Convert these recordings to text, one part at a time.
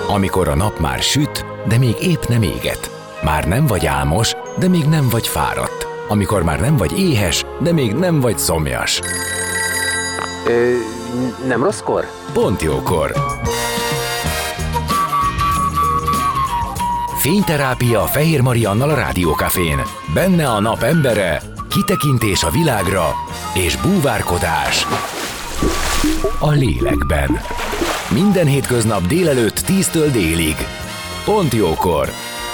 Amikor a nap már süt, de még épp nem éget. Már nem vagy álmos, de még nem vagy fáradt. Amikor már nem vagy éhes, de még nem vagy szomjas. Nem rosszkor? Pont jókor. Fényterápia Fehér Mariannal a Rádiókafén. Benne a nap embere, kitekintés a világra és búvárkodás a lélekben. Minden hétköznap délelőtt 10-től délig. Pont jókor.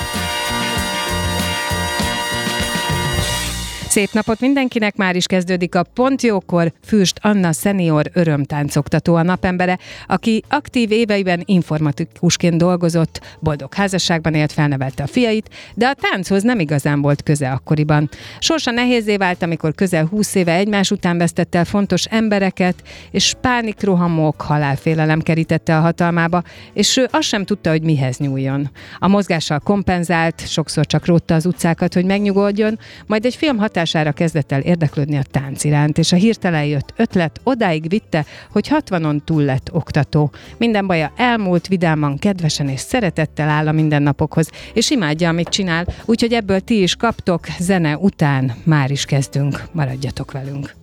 Szép napot mindenkinek, már is kezdődik a Pont jókor. Fürst Anna szenior örömtáncoktató a napembere, aki aktív éveiben informatikusként dolgozott, boldog házasságban élt, felnevelte a fiait, de a tánchoz nem igazán volt köze akkoriban. Sorsa nehézzé vált, amikor közel 20 éve egymás után vesztette el fontos embereket, és pánikrohamok, halálfélelem kerítette a hatalmába, és ő azt sem tudta, hogy mihez nyúljon. A mozgással kompenzált, sokszor csak rótta az utcákat, hogy megnyugodjon, majd egy film hatására kezdett el érdeklődni a tánc iránt, és a hirtelen jött ötlet odáig vitte, hogy 60-on túl lett oktató. Minden baja elmúlt, vidáman, kedvesen és szeretettel áll a mindennapokhoz, és imádja, amit csinál, úgyhogy ebből ti is kaptok, zene után már is kezdünk, maradjatok velünk.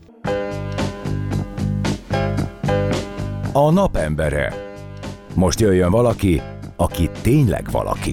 A napembere. Most jöjjön valaki, aki tényleg valaki.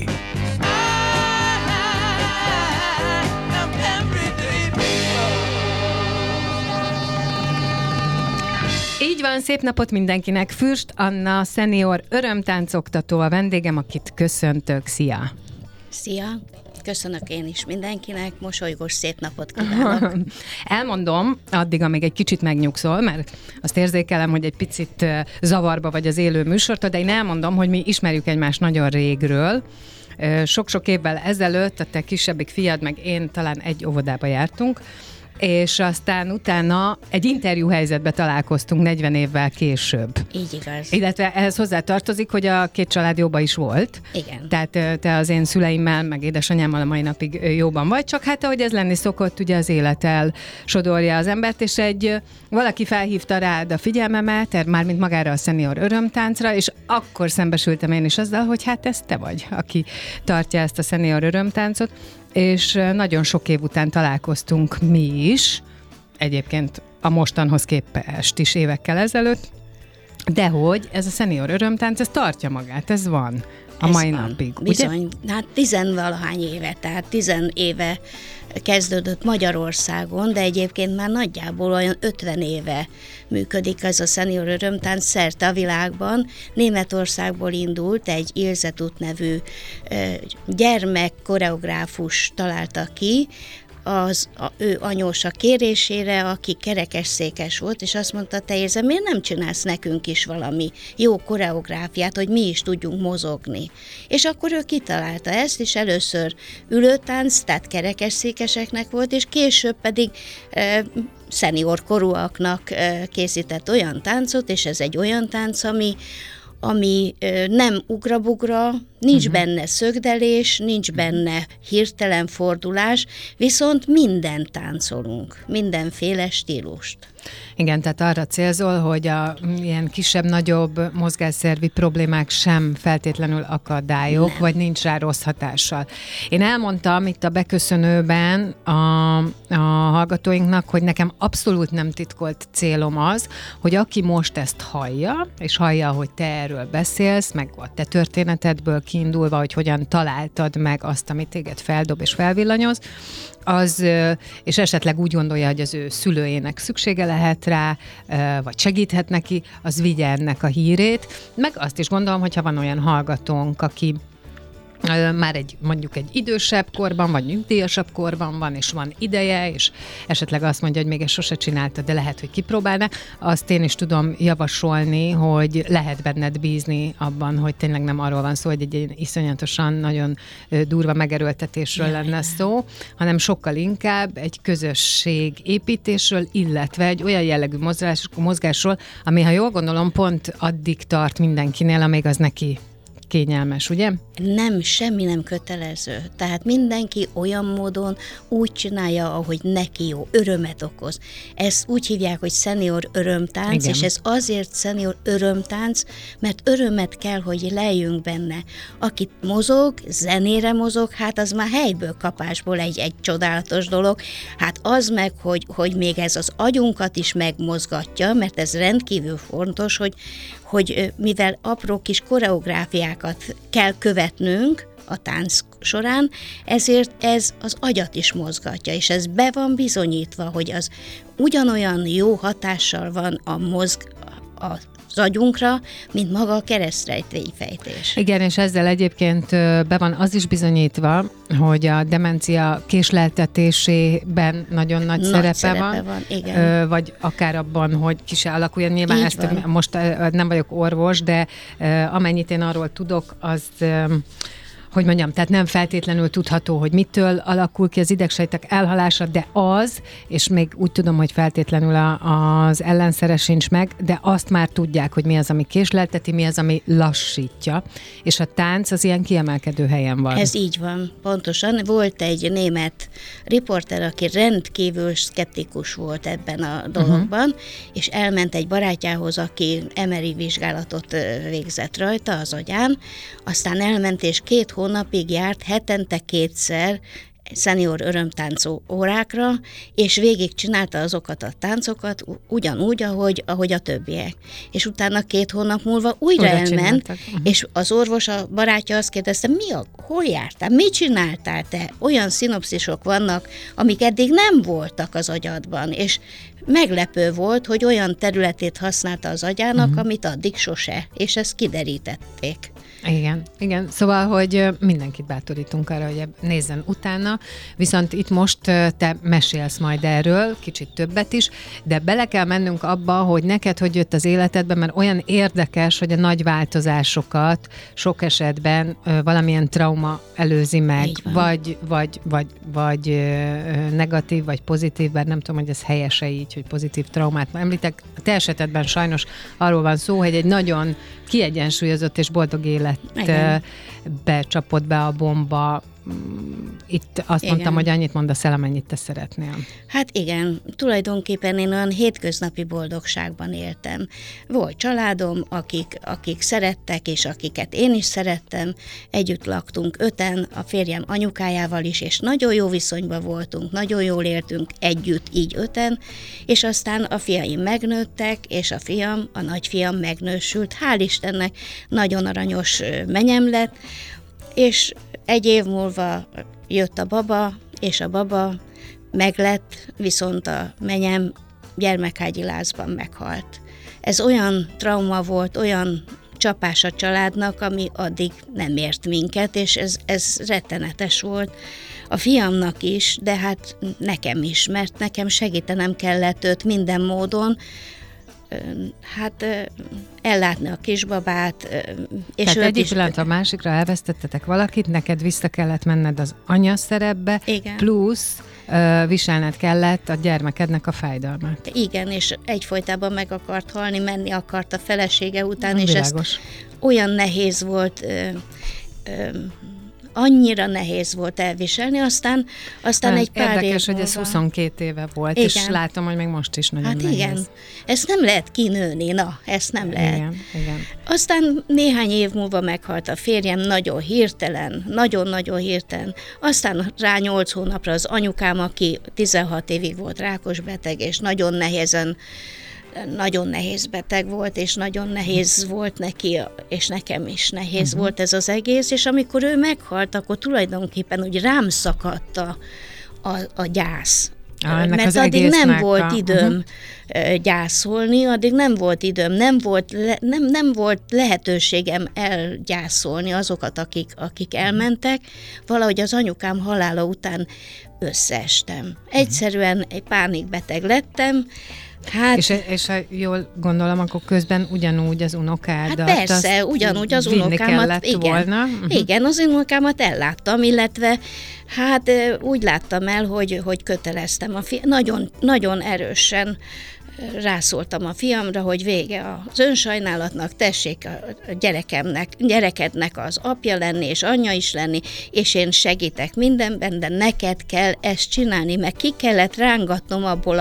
Így van, szép napot mindenkinek. Fürst Anna, szenior örömtáncoktató a vendégem, akit köszöntök. Szia! Szia! Köszönök én is mindenkinek, mosolygós szép napot kívánok. Elmondom, addig, amíg egy kicsit megnyugszol, mert azt érzékelem, hogy egy picit zavarba vagy az élő műsortól, de én elmondom, hogy mi ismerjük egymást nagyon régről. Sok-sok évvel ezelőtt a te kisebbik fiad, meg én talán egy óvodába jártunk, és aztán utána egy interjú helyzetbe találkoztunk 40 évvel később. Így igaz. Illetve ehhez hozzá tartozik, hogy a két család jóban is volt. Igen. Tehát te az én szüleimmel, meg édesanyámmal a mai napig jóban vagy, csak hát ahogy ez lenni szokott, ugye az élet elsodorja az embert, és valaki felhívta rád a figyelmemet, mármint magára a szenior örömtáncra, és akkor szembesültem én is azzal, hogy hát ez te vagy, aki tartja ezt a szenior örömtáncot, és nagyon sok év után találkoztunk mi is, egyébként a mostanhoz képest is évekkel ezelőtt, de hogy ez a szenior örömtánc, ez tartja magát, ez van a mai napig. Bizony, ugye? Hát 10-valahány éve, tehát 10 éve kezdődött Magyarországon, de egyébként már nagyjából olyan 50 éve működik ez a szenior örömtánc szerte a világban. Németországból indult, egy Ilse Tutt nevű gyermek koreográfus találta ki, ő anyósa kérésére, aki kerekesszékes volt, és azt mondta, te Ilse, miért nem csinálsz nekünk is valami jó koreográfiát, hogy mi is tudjunk mozogni. És akkor ő kitalálta ezt, és először ülőtánc, tehát kerekesszékeseknek volt, és később pedig szenior korúaknak készített olyan táncot, és ez egy olyan tánc, ami nem ugrabugra, nincs benne szögdelés, nincs benne hirtelen fordulás, viszont mindent táncolunk, mindenféle stílust. Igen, tehát arra célzol, hogy ilyen kisebb-nagyobb mozgásszervi problémák sem feltétlenül akadályok, nem. Vagy nincs rá rossz hatással. Én elmondtam itt a beköszönőben a hallgatóinknak, hogy nekem abszolút nem titkolt célom az, hogy aki most ezt hallja, és hallja, hogy te erről beszélsz, meg a te történetedből kiindulva, hogy hogyan találtad meg azt, amit téged feldob és felvillanyoz, és esetleg úgy gondolja, hogy az ő szülőjének szüksége lehet rá, vagy segíthet neki, az vigye ennek a hírét. Meg azt is gondolom, hogyha van olyan hallgatónk, aki már mondjuk egy idősebb korban, vagy nyugdíjasabb korban van, és van ideje, és esetleg azt mondja, hogy még ezt sose csinálta, de lehet, hogy kipróbálná, azt én is tudom javasolni, hogy lehet benned bízni abban, hogy tényleg nem arról van szó, hogy egy iszonyatosan nagyon durva megerőltetésről lenne szó, hanem sokkal inkább egy közösség építésről, illetve egy olyan jellegű mozgásról, ami, ha jól gondolom, pont addig tart mindenkinél, amíg az neki kényelmes, ugye? Nem, semmi nem kötelező. Tehát mindenki olyan módon úgy csinálja, ahogy neki jó, örömet okoz. Ezt úgy hívják, hogy senior örömtánc, Igen. és ez azért senior örömtánc, mert örömet kell, hogy lejjünk benne. Aki mozog, zenére mozog, hát az már helyből kapásból egy csodálatos dolog. Hát az meg, hogy még ez az agyunkat is megmozgatja, mert ez rendkívül fontos, hogy mivel apró kis koreográfiákat kell követnünk a tánc során, ezért ez az agyat is mozgatja, és ez be van bizonyítva, hogy az ugyanolyan jó hatással van az agyunkra, mint maga a keresztrejtvényfejtés. Igen, és ezzel egyébként be van az is bizonyítva, hogy a demencia késleltetésében nagyon nagy szerepe van. Igen. Vagy akár abban, hogy ki se alakuljon. Nyilván Így ezt van. most nem vagyok orvos, de amennyit én arról tudok, az... hogy mondjam, tehát nem feltétlenül tudható, hogy mitől alakul ki az idegsejtek elhalása, de az, és még úgy tudom, hogy feltétlenül az ellenszere sincs meg, de azt már tudják, hogy mi az, ami késlelteti, mi az, ami lassítja, és a tánc az ilyen kiemelkedő helyen van. Ez így van, pontosan. Volt egy német riporter, aki rendkívül szkeptikus volt ebben a dologban, és elment egy barátjához, aki MRI vizsgálatot végzett rajta az agyán, aztán elment és 2 hónapig járt, hetente 2-szer szenior örömtáncó órákra, és végig csinálta azokat a táncokat ugyanúgy, ahogy a többiek. És utána 2 hónap múlva újra elment, és az orvos, a barátja azt kérdezte, hol jártál, mit csináltál te? Olyan szinopszisok vannak, amik eddig nem voltak az agyadban, és meglepő volt, hogy olyan területét használta az agyának, amit addig sose, és ezt kiderítették. Igen. Szóval, hogy mindenkit bátorítunk arra, hogy nézzen utána, viszont itt most te mesélsz majd erről, kicsit többet is, de bele kell mennünk abba, hogy neked hogy jött az életedben, mert olyan érdekes, hogy a nagy változásokat sok esetben valamilyen trauma előzi meg, vagy negatív, vagy pozitív, bár nem tudom, hogy ez helyese így, hogy pozitív traumát említek. A te esetedben sajnos arról van szó, hogy egy nagyon kiegyensúlyozott és boldog életbe csapott be a bomba. Itt azt mondtam, hogy annyit mondasz el, amennyit te szeretnél. Hát igen, tulajdonképpen én olyan hétköznapi boldogságban éltem. Volt családom, akik szerettek, és akiket én is szerettem. Együtt laktunk 5-en, a férjem anyukájával is, és nagyon jó viszonyban voltunk, nagyon jól éltünk együtt, így 5-en, és aztán a fiaim megnőttek, és a nagyfiam megnősült. Hál' Istennek nagyon aranyos menyem lett, és 1 év múlva jött a baba, és a baba meglett, viszont a menyem gyermekhágyi lázban meghalt. Ez olyan trauma volt, olyan csapás a családnak, ami addig nem ért minket, és ez rettenetes volt. A fiamnak is, de hát nekem is, mert nekem segítenem kellett őt minden módon, ellátni a kisbabát, és tehát egyik is... pillanatra a másikra elvesztettetek valakit, neked vissza kellett menned az anya szerepbe, igen. Plusz viselned kellett a gyermekednek a fájdalmát. Igen, és egyfolytában meg akart halni, menni akart a felesége után, és világos. Ez olyan nehéz volt, annyira nehéz volt elviselni, aztán egy pár érdekes, év hogy ez múlva... 22 éve volt, igen. És látom, hogy még most is nagyon nehéz. Igen, ezt nem lehet kinőni, ezt nem lehet. Igen. Aztán néhány év múlva meghalt a férjem, nagyon hirtelen, nagyon-nagyon hirtelen. Aztán rá 8 hónapra az anyukám, aki 16 évig volt rákosbeteg, és nagyon nehéz beteg volt, és nagyon nehéz volt neki, és nekem is nehéz volt ez az egész, és amikor ő meghalt, akkor tulajdonképpen úgy rám szakadt a gyász. Mert addig nem volt időm gyászolni, addig nem volt időm, nem volt lehetőségem elgyászolni azokat, akik elmentek. Valahogy az anyukám halála után összeestem. Egyszerűen egy pánikbeteg lettem. Hát, és ha jól gondolom, akkor közben ugyanúgy az unokádat. Hát persze, ugyanúgy az unokámat, igen, az unokámat elláttam, illetve hát úgy láttam el, hogy köteleztem nagyon, nagyon erősen rászóltam a fiamra, hogy vége az önsajnálatnak, tessék a gyerekednek az apja lenni, és anyja is lenni, és én segítek mindenben, de neked kell ezt csinálni, meg ki kellett rángatnom abból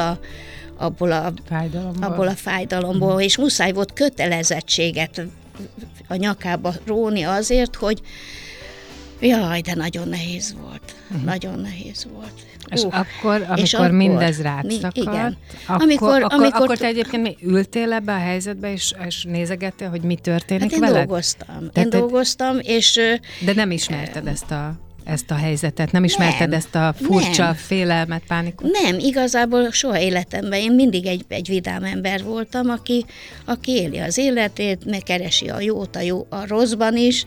a fájdalomból, és muszáj volt kötelezettséget a nyakába róni azért, hogy jaj, de nagyon nehéz volt. Nagyon nehéz volt. És amikor mindez rád szakadt, akkor te egyébként mi ültél ebbe a helyzetbe, és nézegettél, hogy mi történik veled? Én dolgoztam, és... De nem ismerted ezt a helyzetet, nem ismerted ezt a furcsa félelmet, pánikot? Nem, igazából soha életemben. Én mindig egy vidám ember voltam, aki éli az életét, megkeresi a jót, a rosszban is.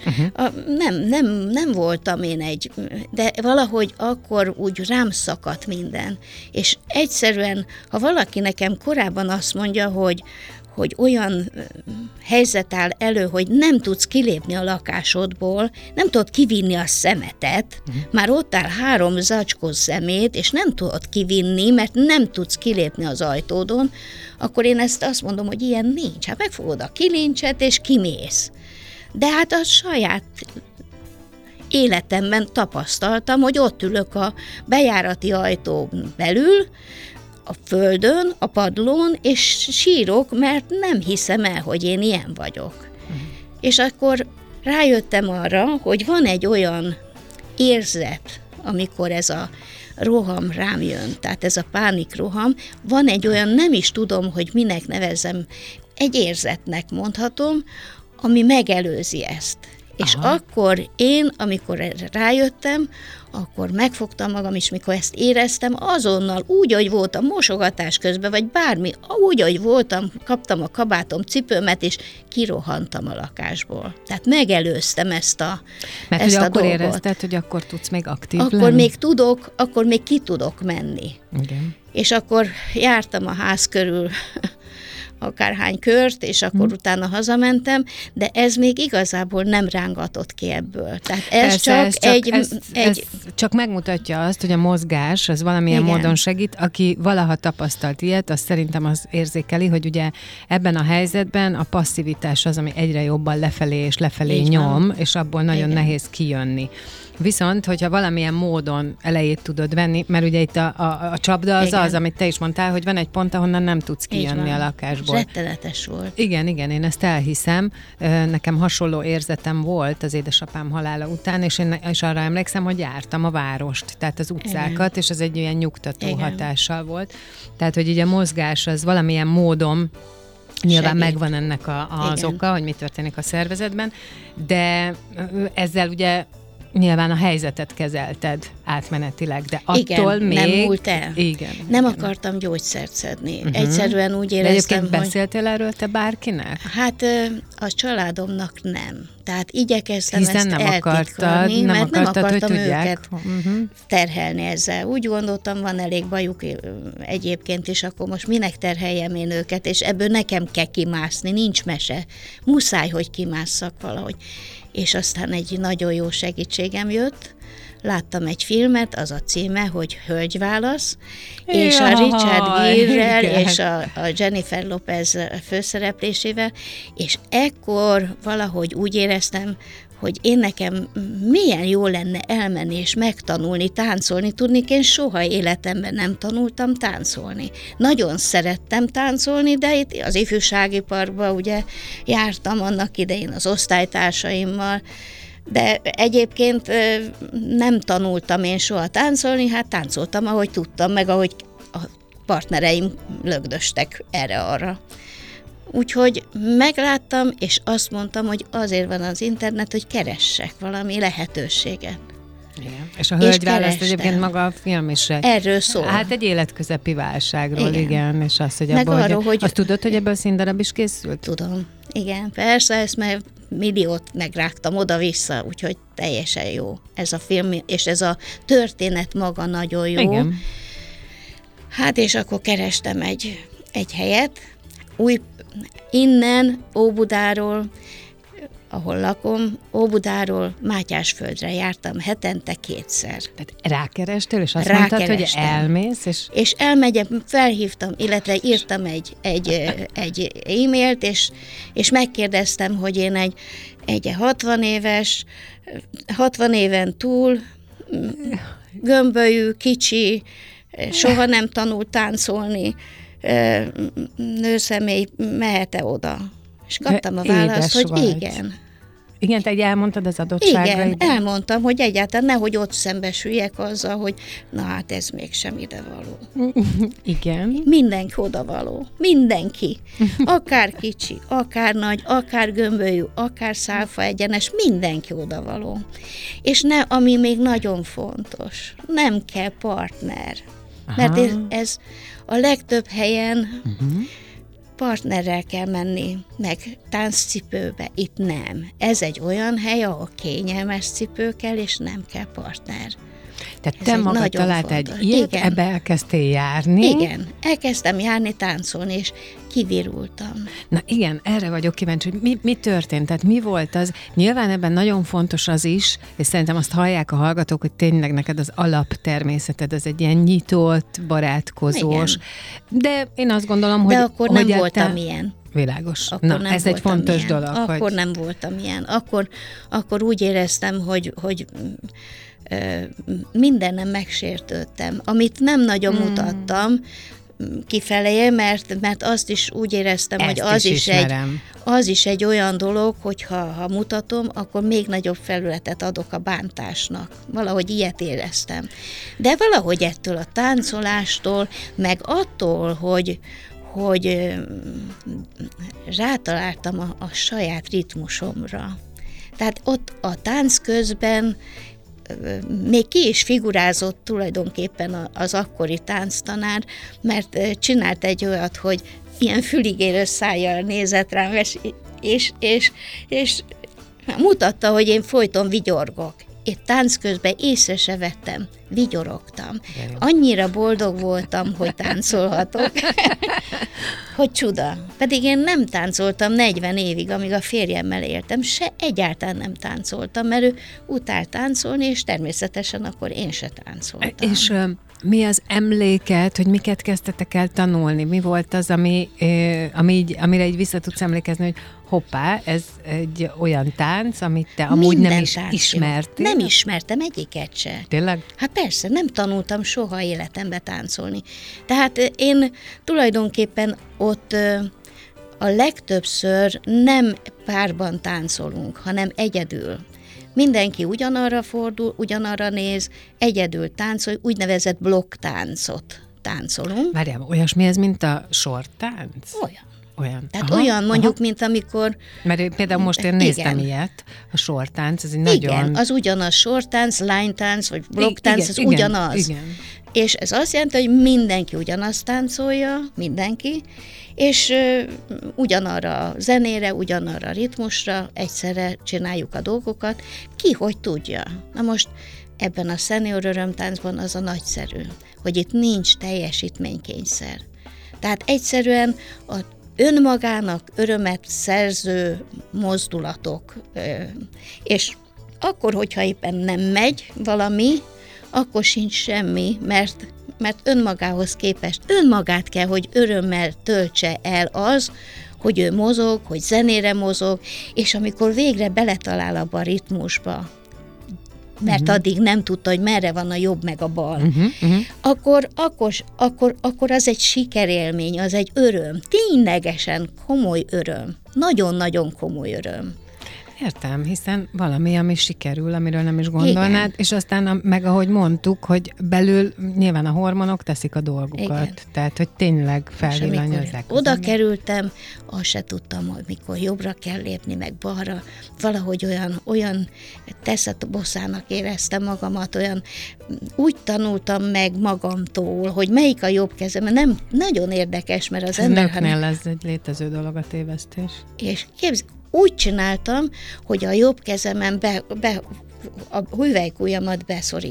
Nem voltam én de valahogy akkor úgy rám szakadt minden. És egyszerűen, ha valaki nekem korábban azt mondja, hogy olyan helyzet áll elő, hogy nem tudsz kilépni a lakásodból, nem tudod kivinni a szemetet, már ott áll 3 zacskó szemét, és nem tudod kivinni, mert nem tudsz kilépni az ajtódon, akkor én ezt azt mondom, hogy ilyen nincs. Hát megfogod a kilincset, és kimész. De hát a saját életemben tapasztaltam, hogy ott ülök a bejárati ajtón belül, a földön, a padlón, és sírok, mert nem hiszem el, hogy én ilyen vagyok. És akkor rájöttem arra, hogy van egy olyan érzet, amikor ez a roham rám jön, tehát ez a pánikroham, van egy olyan, nem is tudom, hogy minek nevezzem, egy érzetnek mondhatom, ami megelőzi ezt. És akkor én, amikor rájöttem, akkor megfogtam magam is, mikor ezt éreztem, azonnal úgy, hogy voltam mosogatás közben, vagy bármi, úgy, hogy voltam, kaptam a kabátom, cipőmet, és kirohantam a lakásból. Tehát megelőztem ezt a Mert ezt hogy a akkor dolgot. érezted, hogy akkor tudsz még aktív akkor lenni? Akkor még ki tudok menni. Igen. És akkor jártam a ház körül akárhány kört, és akkor utána hazamentem, de ez még igazából nem rángatott ki ebből. Tehát ez ez csak megmutatja azt, hogy a mozgás az valamilyen módon segít. Aki valaha tapasztalt ilyet, az szerintem az érzékeli, hogy ugye ebben a helyzetben a passzivitás az, ami egyre jobban lefelé és lefelé nyom, és abból nagyon nehéz kijönni. Viszont, hogyha valamilyen módon elejét tudod venni, mert ugye itt a csapda az, amit te is mondtál, hogy van egy pont, ahonnan nem tudsz kijönni a lakásból. Rettenetes volt. Igen, én ezt elhiszem. Nekem hasonló érzetem volt az édesapám halála után, és arra emlékszem, hogy jártam a várost, tehát az utcákat, és ez egy olyan nyugtató hatással volt. Tehát, hogy így a mozgás az valamilyen módon nyilván megvan ennek az oka, hogy mi történik a szervezetben, de ezzel ugye nyilván a helyzetet kezelted átmenetileg, de attól még... nem múlt el. Nem igen. akartam gyógyszert szedni. Egyszerűen úgy éreztem, de egyébként beszéltél erről te bárkinek? Hát a családomnak nem. Tehát igyekeztem hiszen ezt nem eltitkolni, mert nem akartam hogy őket terhelni ezzel. Úgy gondoltam, van elég bajuk egyébként, és akkor most minek terheljem én őket, és ebből nekem kell kimászni, nincs mese. Muszáj, hogy kimásszak valahogy. És aztán egy nagyon jó segítségem jött, láttam egy filmet, az a címe, hogy Hölgyválasz, és a Richard Gere-rel és a Jennifer Lopez főszereplésével, és ekkor valahogy úgy éreztem, hogy én nekem milyen jó lenne elmenni és megtanulni táncolni. Tudnék, én soha életemben nem tanultam táncolni. Nagyon szerettem táncolni, de itt az ifjúsági parkban ugye jártam annak idején az osztálytársaimmal, de egyébként nem tanultam én soha táncolni, hát táncoltam, ahogy tudtam, meg ahogy a partnereim lögdöstek erre-arra. Úgyhogy megláttam, és azt mondtam, hogy azért van az internet, hogy keressek valami lehetőséget. Igen. És a Hölgyválaszt egyébként maga a film is. Erről szól. Hát egy életközepi válságról, igen. És az, hogy meg arról, hogy azt tudod, hogy ebből színdarab is készült? Tudom. Igen, persze, ezt már milliót megrágtam oda-vissza, úgyhogy teljesen jó ez a film, és ez a történet maga nagyon jó. Igen. Hát és akkor kerestem egy helyet, innen, Óbudáról ahol lakom, Óbudáról Mátyásföldre jártam hetente 2-szer. Tehát rákerestél, és azt mondtad, hogy elmész, és elmegyek, felhívtam, illetve írtam egy e-mailt, és megkérdeztem, hogy én egy 60 éves, 60 éven túl, gömbölyű, kicsi, soha nem tanult táncolni nőszemély, mehet-e oda? És kaptam a választ, hogy vagy. Igen. Igen, te elmondtad az adottságra? Igen, elmondtam, hogy egyáltalán nehogy ott szembesüljek azzal, hogy na hát ez mégsem idevaló. Igen. Mindenki odavaló. Mindenki. Akár kicsi, akár nagy, akár gömbölyű, akár szálfa egyenes, mindenki odavaló. És ami még nagyon fontos, nem kell partner. Aha. Mert ez a legtöbb helyen partnerrel kell menni, meg tánccipőbe, itt nem. Ez egy olyan hely, ahol kényelmes cipő kell, és nem kell partner. Tehát te magad talált egy ilyet, ebbe elkezdtél járni. Igen, elkezdtem járni, táncolni, és kivirultam. Na igen, erre vagyok kíváncsi, hogy mi történt, tehát mi volt az? Nyilván ebben nagyon fontos az is, és szerintem azt hallják a hallgatók, hogy tényleg neked az alaptermészeted, az egy ilyen nyitott, barátkozós. Igen. De én azt gondolom, hogy... De akkor nem voltam ilyen. Világos. Na, ez egy fontos ilyen. dolog. Akkor hogy... nem voltam ilyen. Akkor úgy éreztem, hogy mindennem megsértődtem. Amit nem nagyon mutattam kifeleje, mert azt is úgy éreztem, hogy az is egy olyan dolog, hogy ha mutatom, akkor még nagyobb felületet adok a bántásnak. Valahogy ilyet éreztem. De valahogy ettől a táncolástól, meg attól, hogy rátaláltam a saját ritmusomra. Tehát ott a tánc közben még ki is figurázott tulajdonképpen az akkori tánctanár, mert csinált egy olyat, hogy ilyen füligérő szájjal nézett rám, és mutatta, hogy én folyton vigyorgok. Én tánc közben észre se vettem, vigyorogtam. Annyira boldog voltam, hogy táncolhatok, hogy csuda. Pedig én nem táncoltam 40 évig, amíg a férjemmel éltem, egyáltalán nem táncoltam, mert ő utált táncolni, és természetesen akkor én se táncoltam. És mi az emléket, hogy miket kezdtetek el tanulni? Mi volt az, amire így vissza tudsz emlékezni, hogy hoppá, ez egy olyan tánc, amit te amúgy minden nem is ismertél? Nem ismertem egyiket se. Tényleg? Hát persze, nem tanultam soha életembe táncolni. Tehát én tulajdonképpen ott a legtöbbször nem párban táncolunk, hanem egyedül. Mindenki ugyanarra fordul, ugyanarra néz, egyedül táncol, úgynevezett blokktáncot táncolunk. Várjál, olyasmi ez, mint a sortánc? Olyan. Tehát olyan mondjuk, mint amikor... Mert például most én néztem ilyet, a sortánc, ez egy nagyon... Igen, az ugyanaz sortánc, lánytánc, vagy blokktánc, ez ugyanaz. Igen. És ez azt jelenti, hogy mindenki ugyanazt táncolja, mindenki, és ugyanarra a zenére, ugyanarra a ritmusra egyszerre csináljuk a dolgokat, ki hogy tudja. Na most ebben a senior örömtáncban az a nagyszerű, hogy itt nincs teljesítménykényszer. Tehát egyszerűen a önmagának örömet szerző mozdulatok, és akkor, hogyha éppen nem megy valami, akkor sincs semmi, mert önmagához képest önmagát kell, hogy örömmel töltse el az, hogy ő mozog, hogy zenére mozog, és amikor végre beletalál abba a ritmusba, mert addig nem tudta, hogy merre van a jobb meg a bal, akkor az egy sikerélmény, az egy öröm, ténylegesen komoly öröm, nagyon-nagyon komoly öröm. Értem, hiszen valami, ami sikerül, amiről nem is gondolnád, igen. És aztán meg ahogy mondtuk, hogy belül nyilván a hormonok teszik a dolgukat, igen. Tehát hogy tényleg felvillanyozzák. Oda kerültem, azt se tudtam, hogy mikor jobbra kell lépni, meg balra, valahogy olyan teszetoboszának éreztem magamat, olyan úgy tanultam meg magamtól, hogy melyik a jobb kezem, nem nagyon érdekes, mert az ember... Nőknél ez egy létező dolog a tévesztés. És úgy csináltam, hogy a jobb kezemen a hüvelykujjamat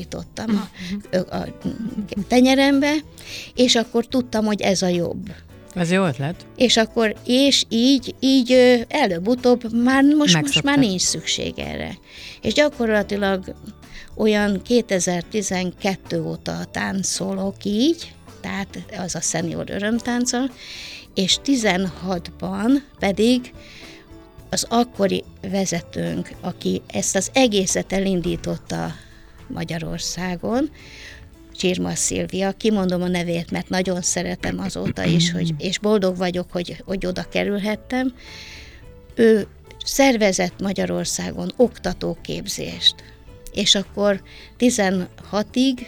beszorítottam a tenyerembe, és akkor tudtam, hogy ez a jobb. Ez jó ötlet. És így előbb-utóbb most már nincs szükség erre. És gyakorlatilag olyan 2012 óta táncolok így, tehát az a Senior Örömtánca, és 16-ban pedig az akkori vezetőnk, aki ezt az egészet elindította Magyarországon, Csirma Szilvia, kimondom a nevét, mert nagyon szeretem azóta is, és boldog vagyok, hogy oda kerülhettem. Ő szervezett Magyarországon oktatóképzést, és akkor 16-ig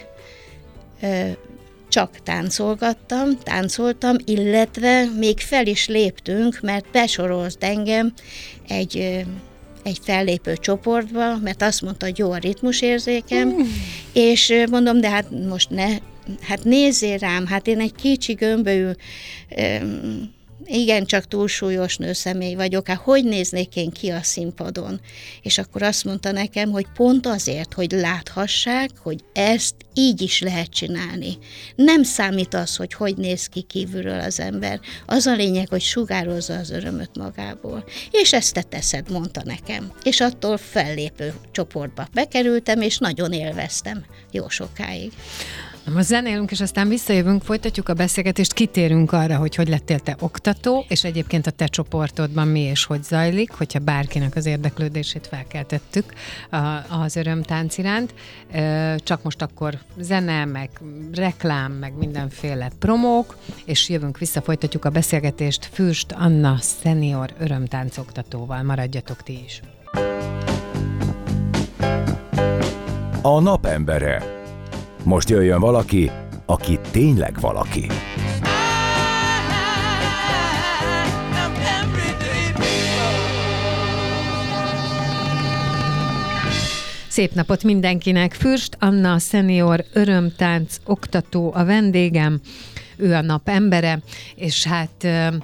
csak táncoltam, illetve még fel is léptünk, mert besorolt engem egy fellépő csoportba, mert azt mondta, hogy jó a ritmusérzékem, és mondom, de hát most nézzél rám, hát én egy kicsi gömbölyű, igencsak túlsúlyos nőszemély vagyok, hát hogy néznék én ki a színpadon? És akkor azt mondta nekem, hogy pont azért, hogy láthassák, hogy ezt így is lehet csinálni. Nem számít az, hogy néz ki kívülről az ember. Az a lényeg, hogy sugározza az örömöt magából. És ezt te teszed, mondta nekem. És attól fellépő csoportba bekerültem, és nagyon élveztem jó sokáig. Most zenélünk, és aztán visszajövünk, folytatjuk a beszélgetést, kitérünk arra, hogy lettél te oktató, és egyébként a te csoportodban mi és hogy zajlik, hogyha bárkinek az érdeklődését felkeltettük az örömtánc iránt. Csak most akkor zene, meg reklám, meg mindenféle promók, és jövünk vissza, folytatjuk a beszélgetést Fürst Anna Senior örömtánc oktatóval. Maradjatok ti is. A napembere. Most jöjjön valaki, aki tényleg valaki. Szép napot mindenkinek! Fürst Anna Senior örömtánc oktató a vendégem. Ő a nap embere, és hát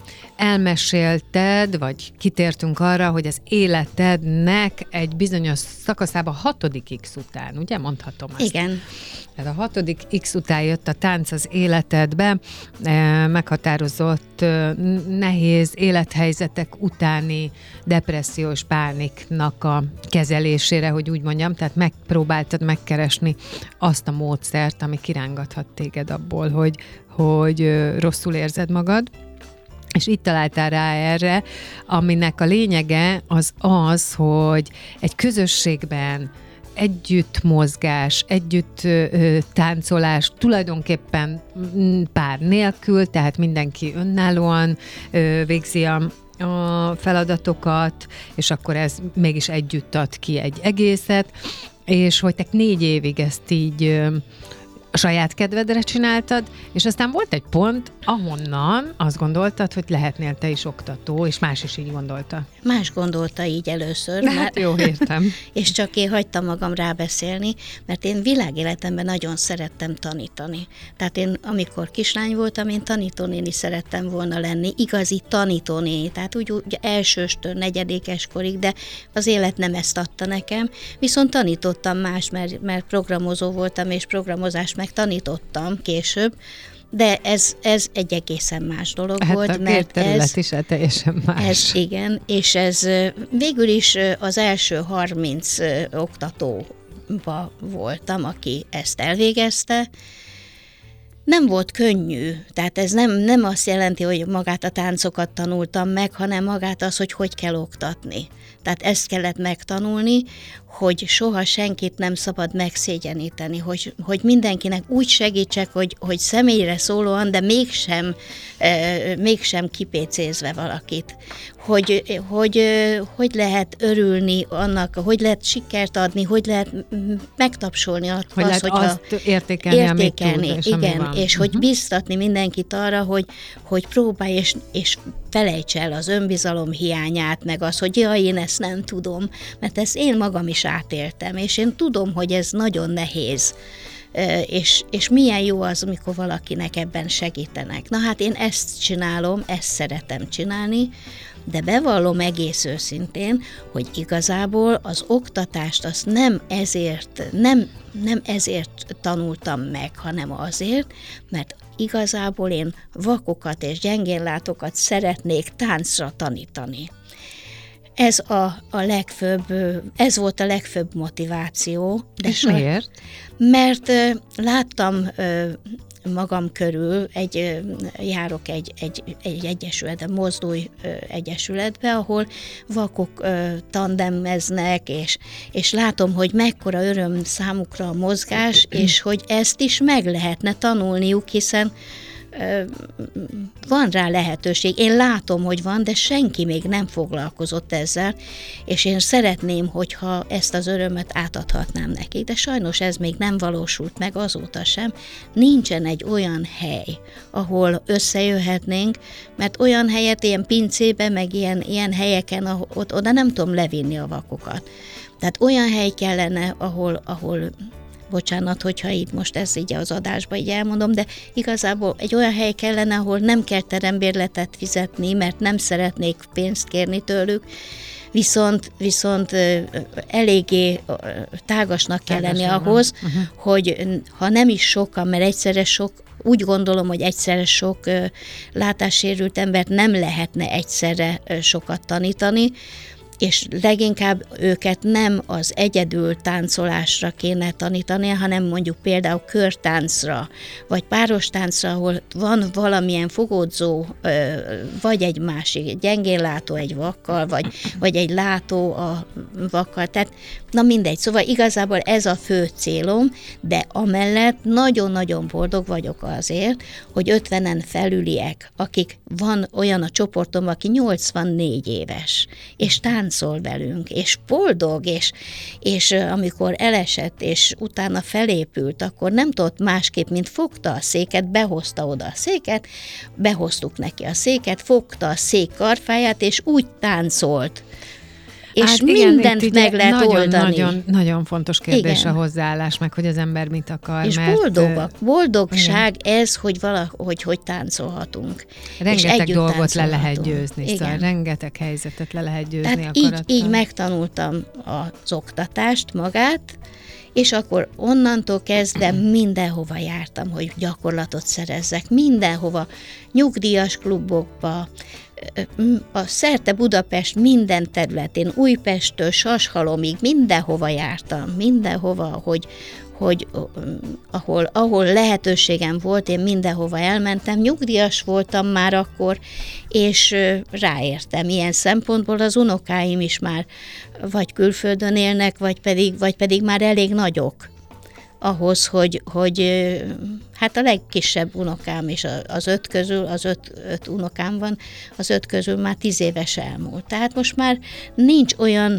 elmesélted, vagy kitértünk arra, hogy az életednek egy bizonyos szakaszában 6. X után, ugye? Mondhatom azt. Igen. Tehát a 6. X után jött a tánc az életedbe, meghatározott nehéz élethelyzetek utáni depressziós pániknak a kezelésére, hogy úgy mondjam, tehát megpróbáltad megkeresni azt a módszert, ami kirángathat téged abból, hogy rosszul érzed magad, és itt találtál rá erre, aminek a lényege az, hogy egy közösségben együtt mozgás, együtt táncolás, tulajdonképpen pár nélkül, tehát mindenki önállóan végzi a feladatokat, és akkor ez mégis együtt ad ki egy egészet, és hogy te 4 évig ezt így a saját kedvedre csináltad, és aztán volt egy pont, ahonnan azt gondoltad, hogy lehetnél te is oktató, és más is így gondolta. Más gondolta így először. Hát jó, értem. És csak én hagytam magam rábeszélni, mert én világéletemben nagyon szerettem tanítani. Tehát én, amikor kislány voltam, én tanítónéni szerettem volna lenni, igazi tanítónéni, tehát úgy elsőstől 4. korig, de az élet nem ezt adta nekem, viszont tanítottam más, mert programozó voltam, és programozást megtanítottam később, de ez egy egészen más dolog volt. Hát a két terület is teljesen más. Ez igen, és ez végül is az első 30 oktatóba voltam, aki ezt elvégezte. Nem volt könnyű, tehát ez nem azt jelenti, hogy magát a táncokat tanultam meg, hanem magát az, hogy kell oktatni. Tehát ezt kellett megtanulni, hogy soha senkit nem szabad megszégyeníteni, hogy mindenkinek úgy segítsek, hogy személyre szólóan, de mégsem kipécézve valakit. Hogy lehet örülni annak, hogy lehet sikert adni, hogy lehet megtapsolni azt, azt értékelni, igen, és hogy biztatni mindenkit arra, hogy próbálj és felejts el az önbizalom hiányát, meg az, hogy jaj, én ezt nem tudom, mert ezt én magam is átéltem, és én tudom, hogy ez nagyon nehéz, és milyen jó az, amikor valakinek ebben segítenek. Na hát én ezt csinálom, ezt szeretem csinálni, de bevallom egész őszintén, hogy igazából az oktatást azt nem ezért tanultam meg, hanem azért, mert igazából én vakokat és gyengénlátókat szeretnék táncra tanítani. Ez volt a legfőbb motiváció. De és miért? Mert láttam magam körül, járok egy egyesületbe, Mozdulj egyesületbe, ahol vakok tandemeznek, és látom, hogy mekkora öröm számukra a mozgás, és hogy ezt is meg lehetne tanulniuk, hiszen van rá lehetőség. Én látom, hogy van, de senki még nem foglalkozott ezzel, és én szeretném, hogyha ezt az örömet átadhatnám nekik, de sajnos ez még nem valósult meg azóta sem. Nincsen egy olyan hely, ahol összejöhetnénk, mert olyan helyet, ilyen pincébe, meg ilyen helyeken, oda nem tudom levinni a vakokat. Tehát olyan hely kellene, ahol bocsánat, hogyha itt most ez így az adásba így elmondom, de igazából egy olyan hely kellene, ahol nem kell terembérletet fizetni, mert nem szeretnék pénzt kérni tőlük, viszont eléggé tágasnak kell lenni ahhoz, hogy ha nem is sokan, mert egyszerre úgy gondolom, hogy egyszerre sok látássérült embert nem lehetne egyszerre sokat tanítani, és leginkább őket nem az egyedül táncolásra kéne tanítani, hanem mondjuk például körtáncra, vagy páros táncra, ahol van valamilyen fogódzó, vagy egy másik, gyengénlátó egy vakkal, vagy egy látó a vakkal. Tehát, na mindegy, szóval igazából ez a fő célom, de amellett nagyon-nagyon boldog vagyok azért, hogy 50-en felüliek, akik van olyan a csoportom, aki 84 éves, és táncol velünk, és boldog, és amikor elesett, és utána felépült, akkor nem tudott másképp, mint fogta a széket, behozta oda a széket, behoztuk neki a széket, fogta a szék karfáját, és úgy táncolt. És hát mindent igen, meg lehet oldani. Nagyon fontos kérdés igen. A hozzáállás, meg hogy az ember mit akar. És boldogság igen. Ez, hogy táncolhatunk. Rengeteg dolgot le lehet győzni, szóval rengeteg helyzetet le lehet győzni akarattal. Így megtanultam az oktatást magát, és akkor onnantól kezdve mindenhova jártam, hogy gyakorlatot szerezzek. Mindenhova, nyugdíjas klubokba, a szerte Budapest minden területén, Újpesttől Sashalomig mindenhova jártam, mindenhova, hogy ahol lehetőségem volt, én mindenhova elmentem, nyugdíjas voltam már akkor, és ráértem ilyen szempontból, az unokáim is már vagy külföldön élnek, vagy pedig már elég nagyok ahhoz, hogy hát a legkisebb unokám is az 5 közül, az 5 unokám van, az 5 közül már 10 éves elmúlt. Tehát most már nincs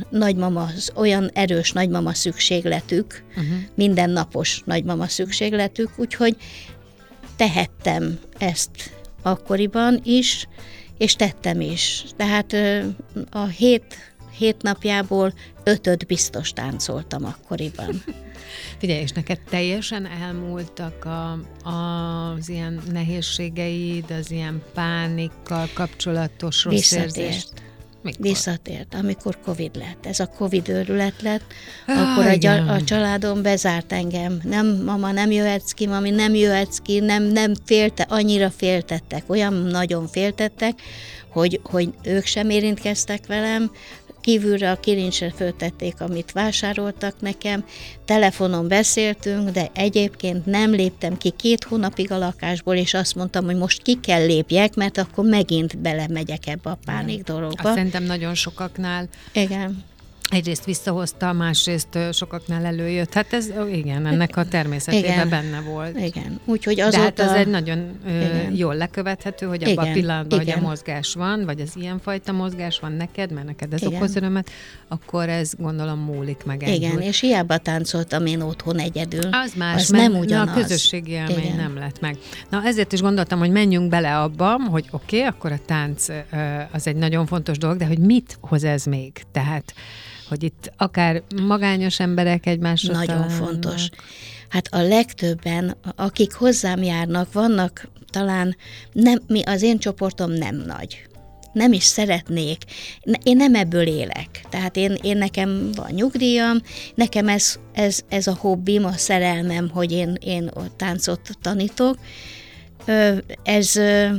olyan erős nagymama szükségletük, mindennapos nagymama szükségletük, úgyhogy tehettem ezt akkoriban is, és tettem is. Tehát a 7 napjából 5 biztos táncoltam akkoriban. Figyelj, és neked teljesen elmúltak az ilyen nehézségeid, az ilyen pánikkal kapcsolatos rossz érzést? Visszatért, amikor Covid lett. Ez a Covid őrület lett, akkor a családom bezárt engem. Nem, mama, nem jöhetsz ki, mami, nem jöhetsz ki, nem annyira féltettek, olyan nagyon féltettek, hogy ők sem érintkeztek velem, kívülre a kilincsre föltették, amit vásároltak nekem, telefonon beszéltünk, de egyébként nem léptem ki 2 hónapig a lakásból, és azt mondtam, hogy most ki kell lépjek, mert akkor megint belemegyek ebbe a pánik dologba. Azt szerintem nagyon sokaknál. Igen. Egyrészt visszahozta, másrészt sokaknál előjött. Hát ez igen, ennek a természetében igen. Benne volt. Igen. Úgyhogy azóta... De hát ez egy nagyon jól lekövethető, hogy abban a pillanatban, hogy a mozgás van, vagy az ilyenfajta mozgás van neked, mert neked ez okoz örömet, akkor ez gondolom múlik meg együtt. Igen, és hiába táncoltam én otthon egyedül. Az más, az nem ugyanaz. A közösségi élmény nem lett meg. Na ezért is gondoltam, hogy menjünk bele abba, hogy oké, akkor a tánc az egy nagyon fontos dolog, de hogy mit hoz ez még? Tehát hogy itt akár magányos emberek egymásra nagyon találnak. Fontos. Hát a legtöbben, akik hozzám járnak, vannak talán, az én csoportom nem nagy. Nem is szeretnék. Én nem ebből élek. Tehát én nekem van nyugdíjam, nekem ez a hobbim, a szerelmem, hogy én táncot tanítok, Ez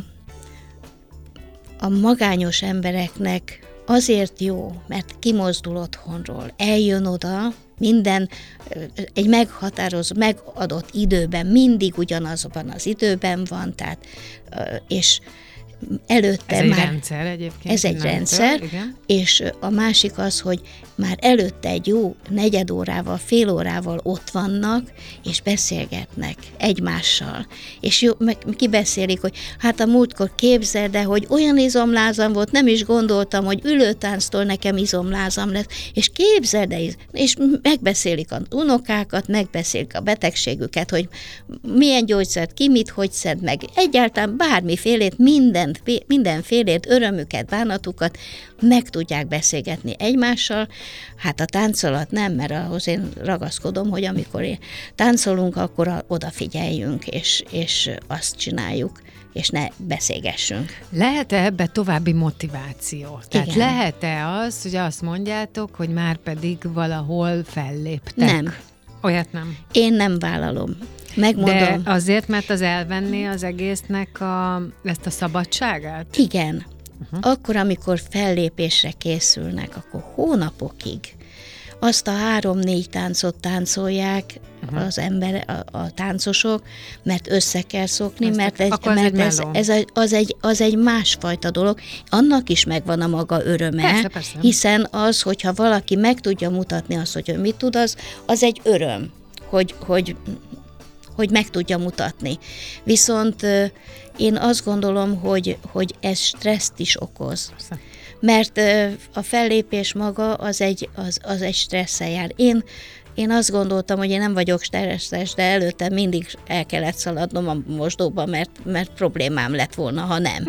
a magányos embereknek azért jó, mert kimozdul otthonról, eljön oda, minden egy megadott időben, mindig ugyanazban az időben van, tehát, és előtte ez már... egy rendszer egyébként. Ez egy rendszer, igen. És a másik az, hogy már előtte egy jó negyed órával, fél órával ott vannak, és beszélgetnek egymással. És jó, meg kibeszélik, hogy hát a múltkor képzeld, de hogy olyan izomlázam volt, nem is gondoltam, hogy ülőtánctól nekem izomlázam lesz, és képzeld, és megbeszélik az unokákat, megbeszélik a betegségüket, hogy milyen gyógyszert, ki mit, hogy szed meg. Egyáltalán bármifélét, mindenfélét, örömüket, bánatukat meg tudják beszélgetni egymással. Hát a tánc alatt nem, mert ahhoz én ragaszkodom, hogy amikor táncolunk, akkor odafigyeljünk, és azt csináljuk, és ne beszélgessünk. Lehet-e ebbe további motiváció? Tehát Igen. lehet-e az, hogy azt mondjátok, hogy már pedig valahol felléptek? Nem. Olyat nem. Én nem vállalom. Megmondom. De azért, mert az elvenné az egésznek ezt a szabadságát? Igen. Akkor, amikor fellépésre készülnek, akkor hónapokig azt a 3-4 táncot táncolják az ember, a táncosok, mert össze kell szokni, mert az egy másfajta dolog. Annak is megvan a maga öröme, Persze. hiszen az, hogyha valaki meg tudja mutatni azt, hogy ő mit tud, az egy öröm, hogy meg tudja mutatni. Viszont én azt gondolom, hogy ez stresszt is okoz. Mert a fellépés maga az egy stresszel jár. Én azt gondoltam, hogy én nem vagyok stresszes, de előtte mindig el kellett szaladnom a mosdóba, mert problémám lett volna, ha nem.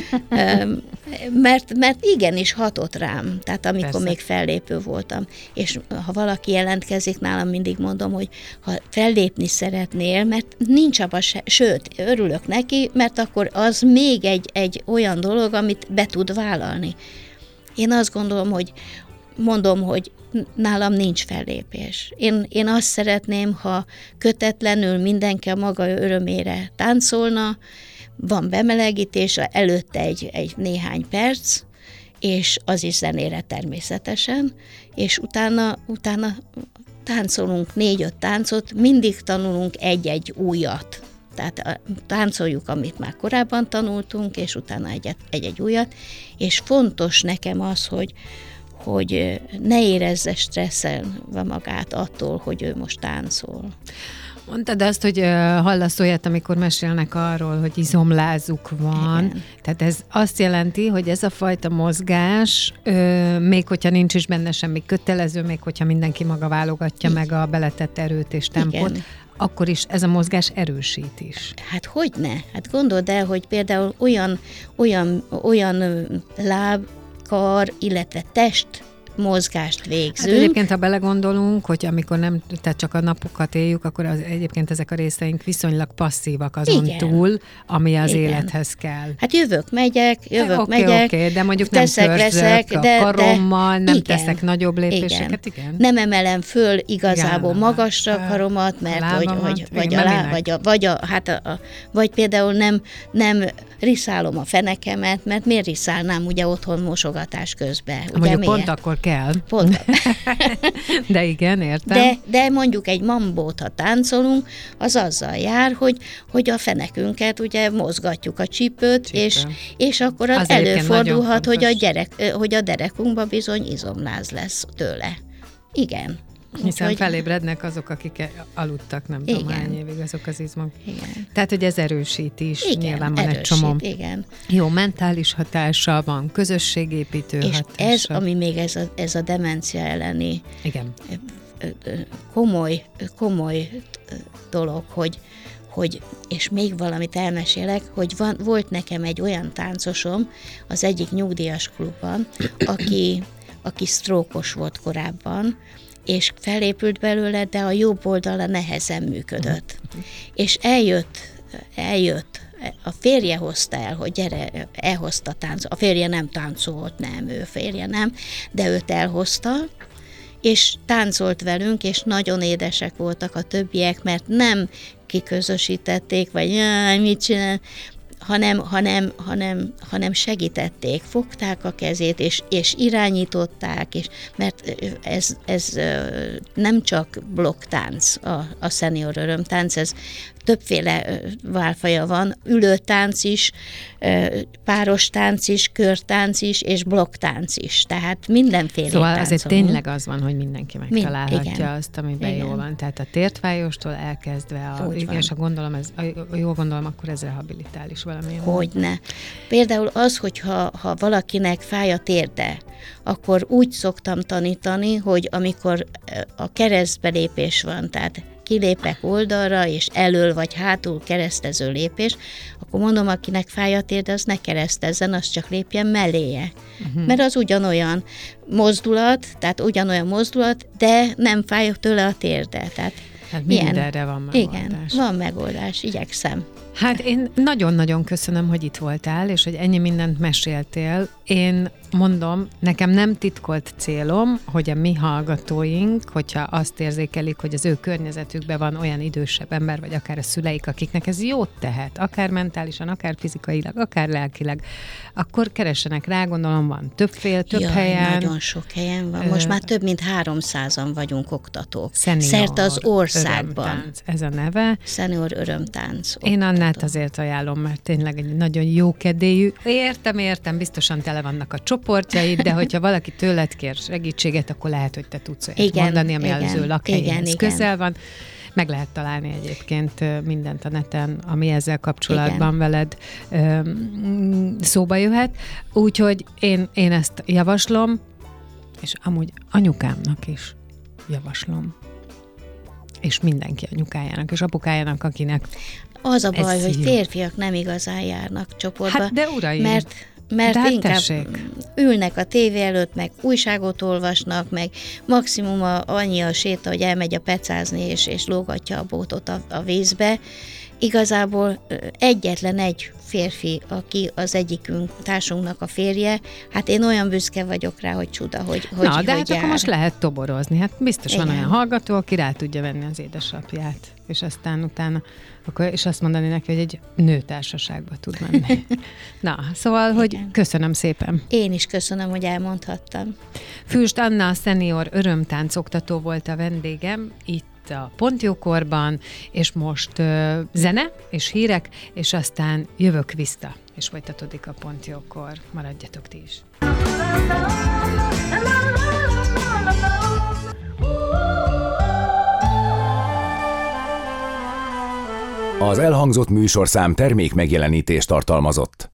Mert igenis hatott rám, tehát amikor Persze. még fellépő voltam. És ha valaki jelentkezik nálam, mindig mondom, hogy ha fellépni szeretnél, mert nincs abban sőt, örülök neki, mert akkor az még egy olyan dolog, amit be tud vállalni. Én azt gondolom, mondom, hogy nálam nincs fellépés. Én azt szeretném, ha kötetlenül mindenki a maga örömére táncolna, van bemelegítés, előtte egy néhány perc, és az is zenére természetesen, és utána táncolunk 4-5 táncot, mindig tanulunk egy-egy újat. Tehát táncoljuk, amit már korábban tanultunk, és utána egy-egy újat, és fontos nekem az, hogy ne érezze stresszelve magát attól, hogy ő most táncol. Mondtad azt, hogy hallasz olyat, amikor mesélnek arról, hogy izomlázuk van. Igen. Tehát ez azt jelenti, hogy ez a fajta mozgás, még hogyha nincs is benne semmi kötelező, még hogyha mindenki maga válogatja meg a beletett erőt és tempót, Igen. akkor is ez a mozgás erősít is. Hát hogyne? Hát gondold el, hogy például olyan láb, kar, illetve test mozgást végzünk. Hát egyébként, ha belegondolunk, hogy amikor nem, tehát csak a napokat éljük, akkor egyébként ezek a részeink viszonylag passzívak azon Igen. túl, ami az Igen. élethez kell. Hát jövök, megyek, Oké, de mondjuk nem körzök a karommal, nem igen, teszek nagyobb lépéseket, igen. Nem emelem föl igazából Igen, magasra a karomat, mert vagy például nem riszálom a fenikemet, mert miért riszálnám ugye otthon mosogatás közben? Ugye Mondjuk miért? pont akkor kell. Pont. De igen, értem. De mondjuk egy mambót, ha táncolunk, az azzal jár, hogy a fenekünket ugye mozgatjuk a csípőt, és akkor az előfordulhat, hogy a derekunkban bizony izomláz lesz tőle. Igen. Hiszen felébrednek azok, akik aludtak, nem tudom hány évig, azok az izmok. Igen. Tehát, hogy ez erősít is. Igen, nyilván van egy csomó. Igen. Jó mentális hatása van, közösségépítő és hatása. ez, ami még ez a demencia elleni igen. komoly dolog, hogy és még valamit elmesélek, hogy volt nekem egy olyan táncosom az egyik nyugdíjas klubban, aki sztrókos volt korábban, és felépült belőle, de a jobb oldala nehezen működött. És eljött, a férje hozta el, hogy gyere, elhozta táncol. A férje nem táncolt, ő férje nem, de őt elhozta, és táncolt velünk, és nagyon édesek voltak a többiek, mert nem kiközösítették, vagy mit csinál, hanem segítették, fogták a kezét, és irányították, mert ez nem csak blokktánc, a szenior örömtánc, ez többféle válfaja van, ülőtánc is, páros tánc is, körtánc is, és blokktánc is, tehát mindenféle szóval táncon. azért tényleg az van, hogy mindenki megtalálhatja igen. azt, amiben Igen. jól van. Tehát a tértfájóstól elkezdve, és jól gondolom, akkor ez rehabilitális valamilyen. Hogyne. Például az, hogyha valakinek fáj a térde, akkor úgy szoktam tanítani, hogy amikor a keresztbelépés van, tehát kilépek oldalra, és elől vagy hátul keresztező lépés, akkor mondom, akinek fáj a térde, az ne keresztezzen, az csak lépjen melléje. Mert az ugyanolyan mozdulat, de nem fáj tőle a térde. Tehát mindenre van megoldás. Igen, van megoldás, igyekszem. Hát én nagyon-nagyon köszönöm, hogy itt voltál, és hogy ennyi mindent meséltél. Én mondom, nekem nem titkolt célom, hogy a mi hallgatóink, hogyha azt érzékelik, hogy az ő környezetükben van olyan idősebb ember, vagy akár a szüleik, akiknek ez jót tehet, akár mentálisan, akár fizikailag, akár lelkileg, akkor keressenek rá, gondolom van több helyen. Nagyon sok helyen van. Most már több mint 300-an vagyunk oktatók. Szenior szerte az országban. Örömtánc, ez a neve. Szenior örömtánc. Én Annát azért ajánlom, mert tényleg egy nagyon jó kedélyű. Értem, biztosan tele vannak a csoportjaid, de hogyha valaki tőled kér segítséget, akkor lehet, hogy te tudsz olyat mondani, ami az ő lakhelyéhez közel van. Meg lehet találni egyébként mindent a neten, ami ezzel kapcsolatban veled szóba jöhet. Úgyhogy én ezt javaslom, és amúgy anyukámnak is javaslom. És mindenki anyukájának és apukájának, akinek az a baj, hogy férfiak nem igazán járnak csoportba. Hát de uraim! Mert hát inkább tessék. ülnek a tévé előtt, meg újságot olvasnak, meg maximum annyi a séta, hogy elmegy a pecázni, és lógatja a bótot a vízbe. Igazából egyetlen egy férfi, aki az egyikünk társunknak a férje, hát én olyan büszke vagyok rá, hogy csuda, hogy de hogy hát jár. akkor most lehet toborozni. Hát biztos Igen. van olyan hallgató, aki rá tudja venni az édesapját, és aztán utána, és azt mondani neki, hogy egy nőtársaságba tud menni. Na, szóval, hogy Igen. köszönöm szépen. Én is köszönöm, hogy elmondhattam. Füst Anna, a szenior örömtánc oktató volt a vendégem itt a Pontjókorban, és most zene és hírek, és aztán jövök vissza, és folytatódik a Pontjókor. Maradjatok ti is. Az elhangzott műsorszám termék megjelenítést tartalmazott.